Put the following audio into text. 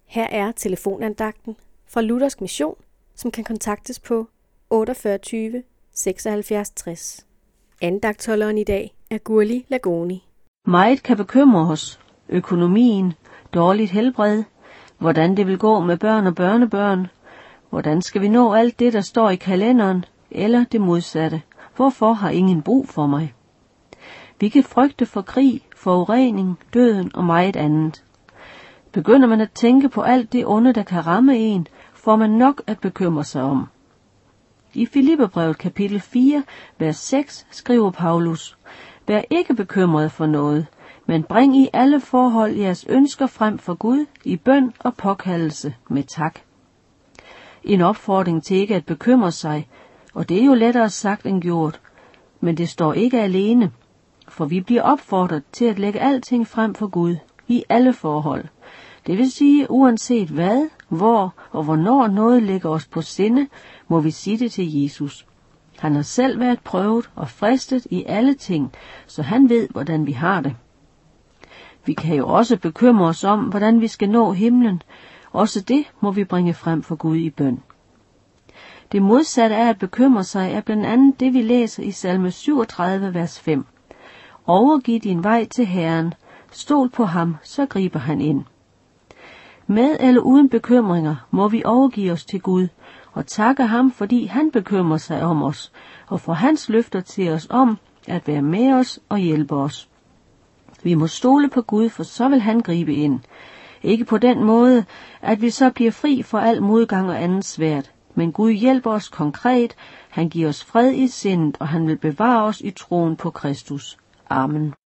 Her er telefonandagten fra Luthersk Mission, som kan kontaktes på 48 76 60. Andagtholderen i dag er Gurli Lagoni. Meget kan bekymre os. Økonomien, dårligt helbred, hvordan det vil gå med børn og børnebørn, hvordan skal vi nå alt det, der står i kalenderen, eller det modsatte. Hvorfor har ingen brug for mig? Vi kan frygte for krig, forurening, døden og meget andet. Begynder man at tænke på alt det onde, der kan ramme en, får man nok at bekymre sig om. I Filipperbrevet kapitel 4, vers 6 skriver Paulus: Vær ikke bekymret for noget, men bring i alle forhold jeres ønsker frem for Gud i bøn og påkaldelse med tak. En opfordring til ikke at bekymre sig, og det er jo lettere sagt end gjort, men det står ikke alene, for vi bliver opfordret til at lægge alting frem for Gud i alle forhold. Det vil sige, uanset hvad, hvor og hvornår noget ligger os på sinde, må vi sige det til Jesus. Han har selv været prøvet og fristet i alle ting, så han ved, hvordan vi har det. Vi kan jo også bekymre os om, hvordan vi skal nå himlen. Også det må vi bringe frem for Gud i bøn. Det modsatte af at bekymre sig er blandt andet det, vi læser i salme 37, vers 5. Overgiv din vej til Herren, stol på ham, så griber han ind. Med eller uden bekymringer må vi overgive os til Gud og takke ham, fordi han bekymrer sig om os, og for hans løfter til os om at være med os og hjælpe os. Vi må stole på Gud, for så vil han gribe ind. Ikke på den måde, at vi så bliver fri for al modgang og andet svært, men Gud hjælper os konkret, han giver os fred i sindet, og han vil bevare os i troen på Kristus. Amen.